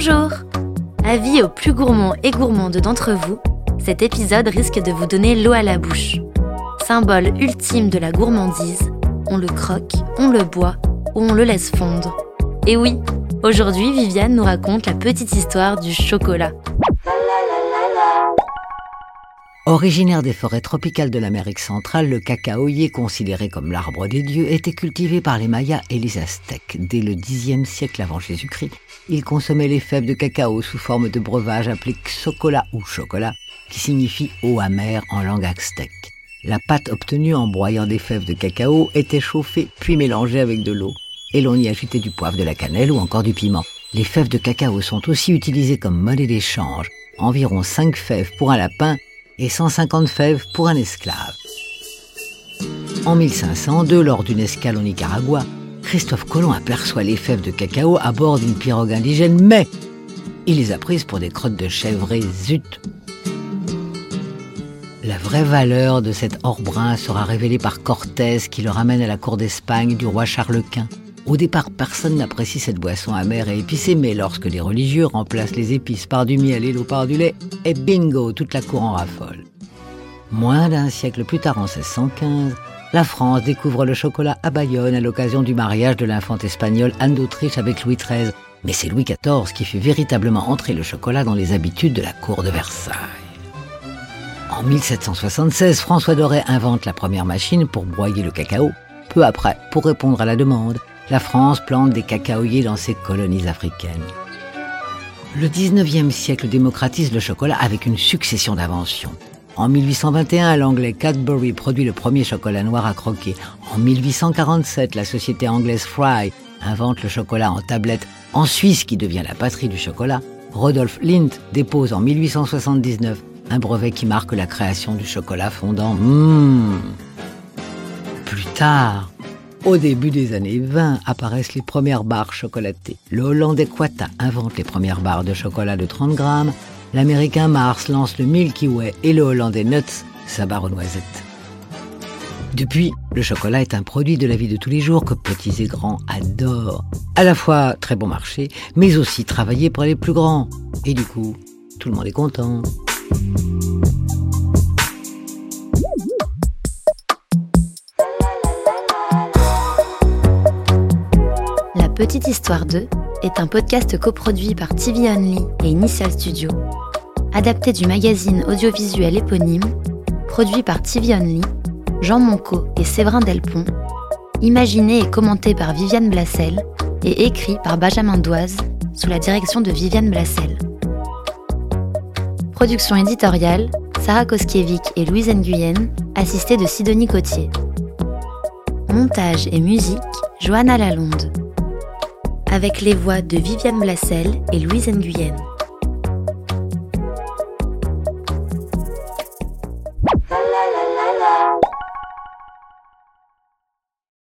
Bonjour! Avis aux plus gourmands et gourmandes d'entre vous, cet épisode risque de vous donner l'eau à la bouche. Symbole ultime de la gourmandise, on le croque, on le boit ou on le laisse fondre. Et oui, aujourd'hui Viviane nous raconte la petite histoire du chocolat. Originaire des forêts tropicales de l'Amérique centrale, le cacaoyer, considéré comme l'arbre des dieux, était cultivé par les Mayas et les Aztèques. Dès le Xe siècle avant Jésus-Christ, ils consommaient les fèves de cacao sous forme de breuvage appelé xocola ou chocolat, qui signifie eau amère en langue aztèque. La pâte obtenue en broyant des fèves de cacao était chauffée puis mélangée avec de l'eau. Et l'on y ajoutait du poivre, de la cannelle ou encore du piment. Les fèves de cacao sont aussi utilisées comme monnaie d'échange. Environ 5 fèves pour un lapin et 150 fèves pour un esclave. En 1502, lors d'une escale au Nicaragua, Christophe Colomb aperçoit les fèves de cacao à bord d'une pirogue indigène, mais il les a prises pour des crottes de chèvre et zut! La vraie valeur de cet or brun sera révélée par Cortés qui le ramène à la cour d'Espagne du roi Charles Quint. Au départ, personne n'apprécie cette boisson amère et épicée, mais lorsque les religieux remplacent les épices par du miel et l'eau par du lait, et bingo, toute la cour en raffole. Moins d'un siècle plus tard, en 1615, la France découvre le chocolat à Bayonne à l'occasion du mariage de l'infante espagnole Anne d'Autriche avec Louis XIII. Mais c'est Louis XIV qui fait véritablement entrer le chocolat dans les habitudes de la cour de Versailles. En 1776, François Doré invente la première machine pour broyer le cacao. Peu après, pour répondre à la demande, la France plante des cacaoyers dans ses colonies africaines. Le 19e siècle démocratise le chocolat avec une succession d'inventions. En 1821, l'anglais Cadbury produit le premier chocolat noir à croquer. En 1847, la société anglaise Fry invente le chocolat en tablette. En Suisse, qui devient la patrie du chocolat, Rodolphe Lindt dépose en 1879 un brevet qui marque la création du chocolat fondant. Plus tard, au début des années 20, apparaissent les premières barres chocolatées. Le Hollandais Quata invente les premières barres de chocolat de 30 grammes. L'Américain Mars lance le Milky Way et le Hollandais Nuts, sa barre aux noisettes. Depuis, le chocolat est un produit de la vie de tous les jours que petits et grands adorent. À la fois très bon marché, mais aussi travaillé pour les plus grands. Et du coup, tout le monde est content. La Petite Histoire 2 est un podcast coproduit par TV Only et Initial Studio, adapté du magazine audiovisuel éponyme, produit par TV Only, Jean Monco et Séverin Delpont, imaginé et commenté par Viviane Blassel et écrit par Benjamin Doise sous la direction de Viviane Blassel. Production éditoriale, Sarah Koskiewicz et Louise Nguyen, assistée de Sidonie Cotier. Montage et musique, Johanna Lalonde. Avec les voix de Viviane Blassel et Louise Nguyen.